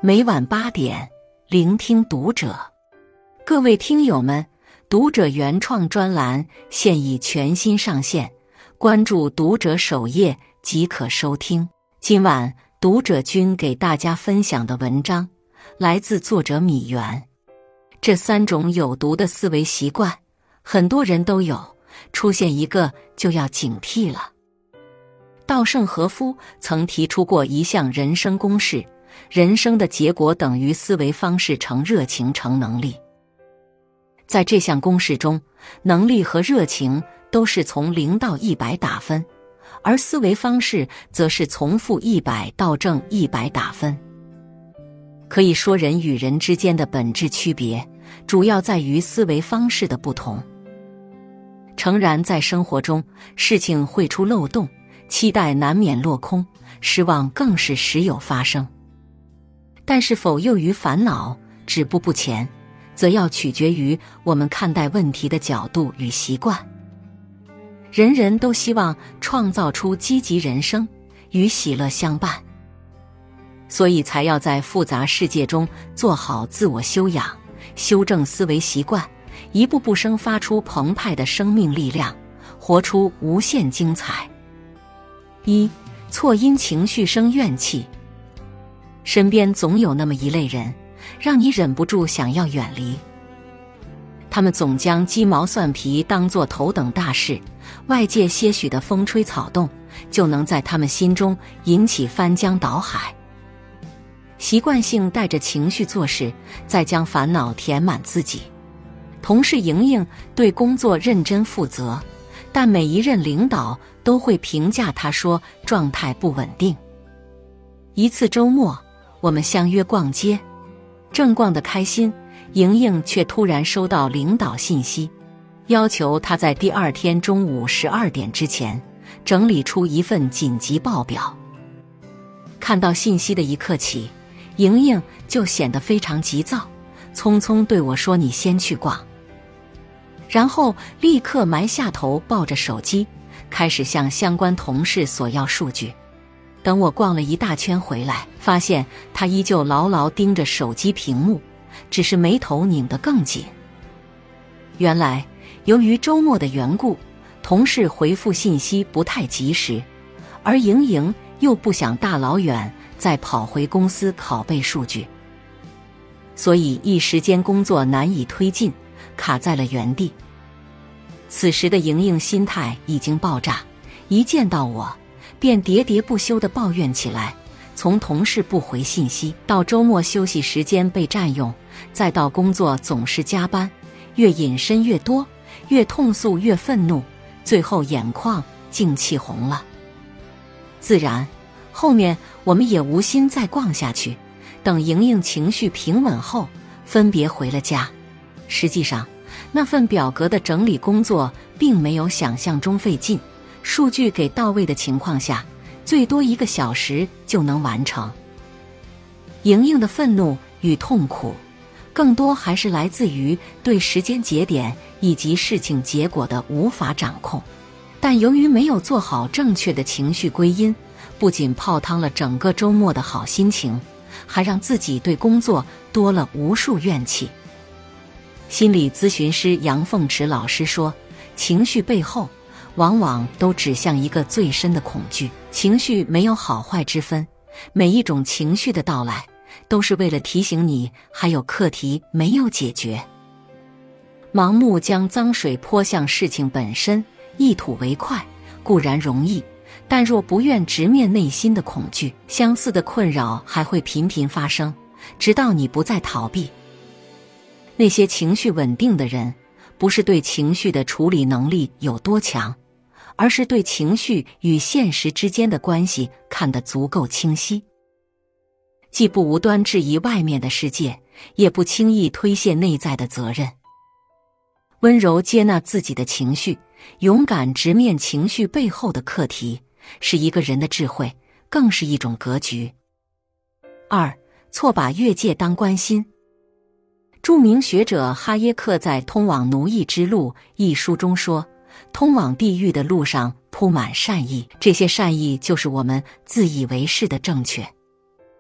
每晚8点，聆听读者。各位听友们，读者原创专栏现已全新上线，关注读者首页即可收听。今晚读者君给大家分享的文章来自作者米原。这3种有毒的思维习惯，很多人都有，出现一个就要警惕了。稻盛和夫曾提出过一项人生公式，人生的结果等于思维方式乘热情乘能力。在这项公式中，能力和热情都是从0到100打分，而思维方式则是从负100到正100打分。可以说，人与人之间的本质区别，主要在于思维方式的不同。诚然，在生活中，事情会出漏洞，期待难免落空，失望更是时有发生。但是否囿于烦恼，止步不前，则要取决于我们看待问题的角度与习惯。人人都希望创造出积极人生，与喜乐相伴，所以才要在复杂世界中做好自我修养，修正思维习惯，一步步生发出澎湃的生命力量，活出无限精彩。1. 错因情绪生怨气。身边总有那么一类人，让你忍不住想要远离。他们总将鸡毛蒜皮当作头等大事，外界些许的风吹草动，就能在他们心中引起翻江倒海。习惯性带着情绪做事，再将烦恼填满自己。同事莹莹对工作认真负责，但每一任领导都会评价她说状态不稳定。一次周末，我们相约逛街，正逛得开心，莹莹却突然收到领导信息，要求她在第2天中午12点之前整理出一份紧急报表。看到信息的一刻起，莹莹就显得非常急躁，匆匆对我说：“你先去逛。”然后立刻埋下头，抱着手机，开始向相关同事索要数据。等我逛了一大圈回来，发现他依旧牢牢盯着手机屏幕，只是眉头拧得更紧。原来，由于周末的缘故，同事回复信息不太及时，而莹莹又不想大老远再跑回公司拷贝数据，所以一时间工作难以推进，卡在了原地。此时的莹莹心态已经爆炸，一见到我便喋喋不休地抱怨起来，从同事不回信息，到周末休息时间被占用，再到工作总是加班，越隐身越多，越痛诉越愤怒，最后眼眶竟气红了。自然，后面我们也无心再逛下去，等莹莹情绪平稳后，分别回了家。实际上，那份表格的整理工作并没有想象中费劲，数据给到位的情况下，最多1个小时就能完成。莹莹的愤怒与痛苦，更多还是来自于对时间节点以及事情结果的无法掌控。但由于没有做好正确的情绪归因，不仅泡汤了整个周末的好心情，还让自己对工作多了无数怨气。心理咨询师杨凤池老师说，情绪背后往往都指向一个最深的恐惧。情绪没有好坏之分，每一种情绪的到来都是为了提醒你还有课题没有解决。盲目将脏水泼向事情本身，一吐为快固然容易，但若不愿直面内心的恐惧，相似的困扰还会频频发生，直到你不再逃避。那些情绪稳定的人，不是对情绪的处理能力有多强，而是对情绪与现实之间的关系看得足够清晰，既不无端质疑外面的世界，也不轻易推卸内在的责任。温柔接纳自己的情绪，勇敢直面情绪背后的课题，是一个人的智慧，更是一种格局。2. 错把越界当关心。著名学者哈耶克在《通往奴役之路》一书中说，通往地狱的路上铺满善意，这些善意就是我们自以为是的正确。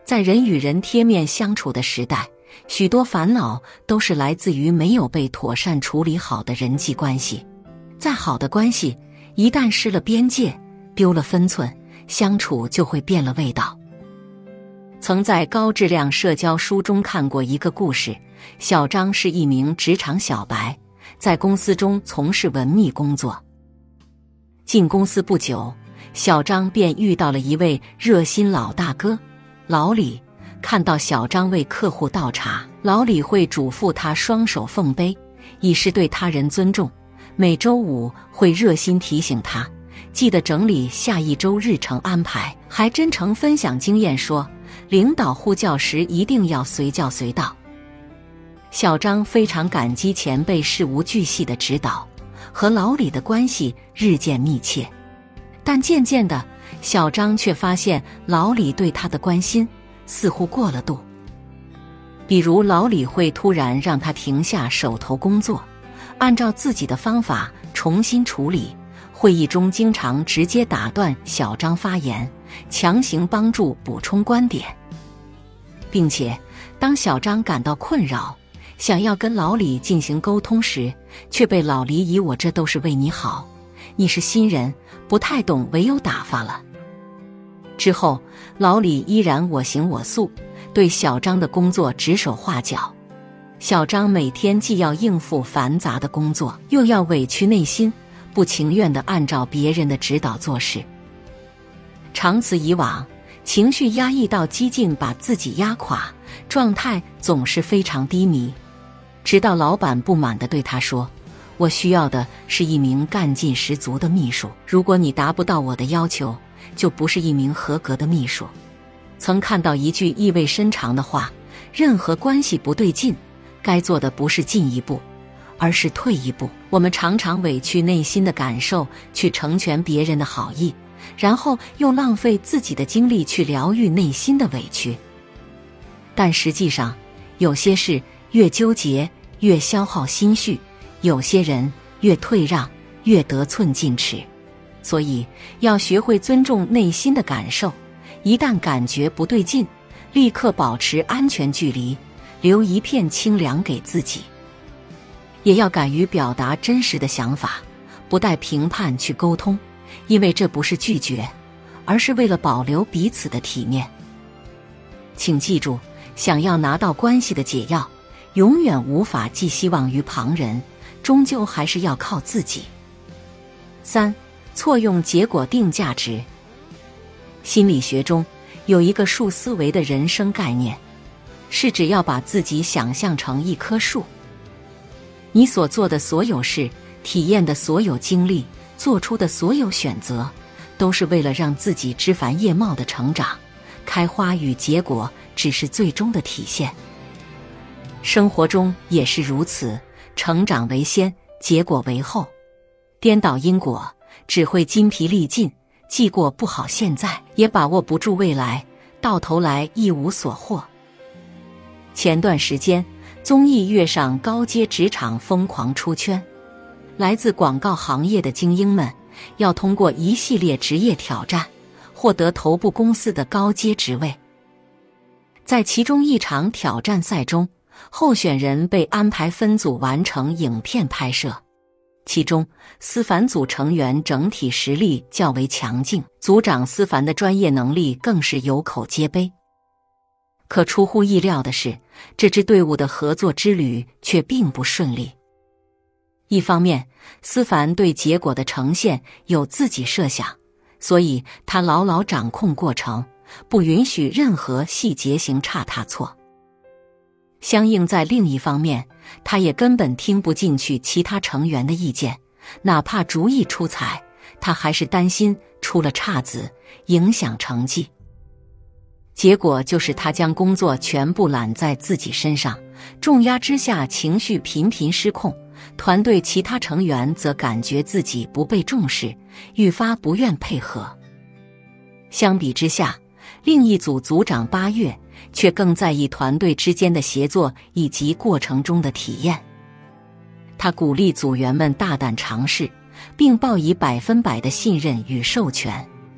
在人与人贴面相处的时代，许多烦恼都是来自于没有被妥善处理好的人际关系。再好的关系，一旦失了边界，丢了分寸，相处就会变了味道。曾在高质量社交书中看过一个故事，小张是一名职场小白，在公司中从事文秘工作。进公司不久，小张便遇到了一位热心老大哥老李。看到小张为客户倒茶，老李会嘱咐他双手奉杯，以示对他人尊重。每周五会热心提醒他记得整理下一周日程安排，还真诚分享经验说，领导呼叫时一定要随叫随到。小张非常感激前辈事无巨细的指导，和老李的关系日渐密切。但渐渐的，小张却发现老李对他的关心似乎过了度。比如老李会突然让他停下手头工作，按照自己的方法重新处理。会议中经常直接打断小张发言，强行帮助补充观点。并且当小张感到困扰，想要跟老李进行沟通时，却被老李以我这都是为你好，你是新人不太懂，唯有打发了。之后老李依然我行我素，对小张的工作指手画脚。小张每天既要应付繁杂的工作，又要委屈内心，不情愿地按照别人的指导做事。长此以往，情绪压抑到激进，把自己压垮，状态总是非常低迷。直到老板不满地对他说，我需要的是一名干劲十足的秘书，如果你达不到我的要求，就不是一名合格的秘书。曾看到一句意味深长的话，任何关系不对劲，该做的不是进一步，而是退一步。我们常常委屈内心的感受去成全别人的好意，然后又浪费自己的精力去疗愈内心的委屈。但实际上，有些事越纠结越消耗心绪，有些人越退让越得寸进尺。所以要学会尊重内心的感受，一旦感觉不对劲，立刻保持安全距离，留一片清凉给自己。也要敢于表达真实的想法，不带评判去沟通，因为这不是拒绝，而是为了保留彼此的体面。请记住，想要拿到关系的解药，永远无法寄希望于旁人，终究还是要靠自己。3. 错用结果定价值。心理学中有一个树思维的人生概念，是指要把自己想象成一棵树。你所做的所有事，体验的所有经历，做出的所有选择，都是为了让自己枝繁叶茂的成长。开花与结果只是最终的体现。生活中也是如此，成长为先，结果为后。颠倒因果，只会筋疲力尽，既过不好现在，也把握不住未来，到头来一无所获。前段时间综艺跃上高阶职场疯狂出圈，来自广告行业的精英们要通过一系列职业挑战，获得头部公司的高阶职位。在其中一场挑战赛中，候选人被安排分组完成影片拍摄。其中思凡组成员整体实力较为强劲，组长思凡的专业能力更是有口皆碑。可出乎意料的是，这支队伍的合作之旅却并不顺利。一方面，思凡对结果的呈现有自己设想，所以他牢牢掌控过程，不允许任何细节行差踏错。相应在另一方面，他也根本听不进去其他成员的意见，哪怕主意出彩，他还是担心出了岔子，影响成绩。结果就是他将工作全部揽在自己身上，重压之下情绪频频失控，团队其他成员则感觉自己不被重视，愈发不愿配合。相比之下，另一组组长8月却更在意团队之间的协作以及过程中的体验。他鼓励组员们大胆尝试，并报以100%的信任与授权。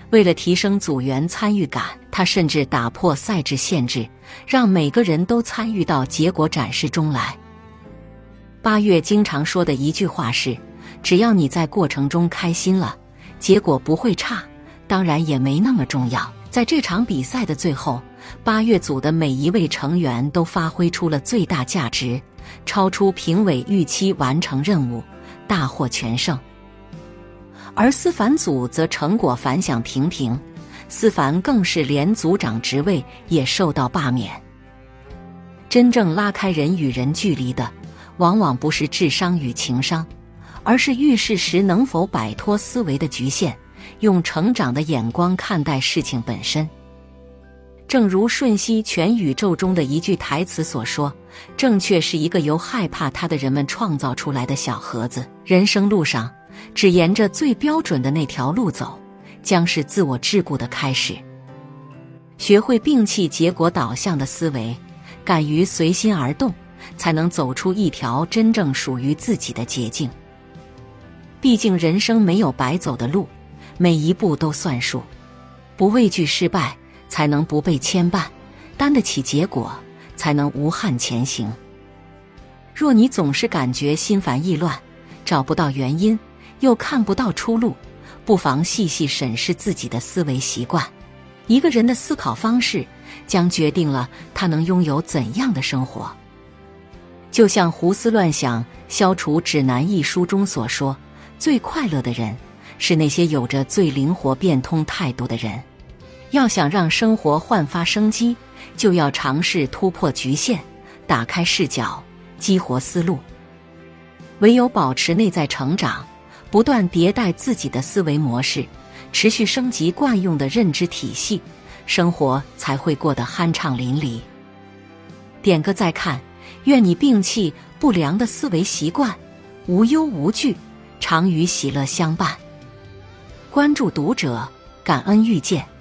为了提升组员参与感，他甚至打破赛制限制，让每个人都参与到结果展示中来。八月经常说的一句话是：只要你在过程中开心了，结果不会差，当然也没那么重要。在这场比赛的最后，八月组的每一位成员都发挥出了最大价值，超出评委预期，完成任务，大获全胜。而思凡组则成果反响平平，思凡更是连组长职位也受到罢免。真正拉开人与人距离的，往往不是智商与情商，而是遇事时能否摆脱思维的局限，用成长的眼光看待事情本身。正如《瞬息全宇宙》中的一句台词所说，正确是一个由害怕它的人们创造出来的小盒子。人生路上，只沿着最标准的那条路走，将是自我桎梏的开始。学会摒弃结果导向的思维，敢于随心而动，才能走出一条真正属于自己的捷径。毕竟人生没有白走的路，每一步都算数。不畏惧失败，才能不被牵绊；担得起结果，才能无憾前行。若你总是感觉心烦意乱，找不到原因，又看不到出路，不妨细细审视自己的思维习惯。一个人的思考方式，将决定了他能拥有怎样的生活。就像《胡思乱想：消除指南》一书中所说，最快乐的人，是那些有着最灵活变通态度的人。要想让生活焕发生机，就要尝试突破局限，打开视角，激活思路。唯有保持内在成长，不断迭代自己的思维模式，持续升级惯用的认知体系，生活才会过得酣畅淋漓。点个再看，愿你摒弃不良的思维习惯，无忧无惧，常与喜乐相伴。关注读者，感恩遇见。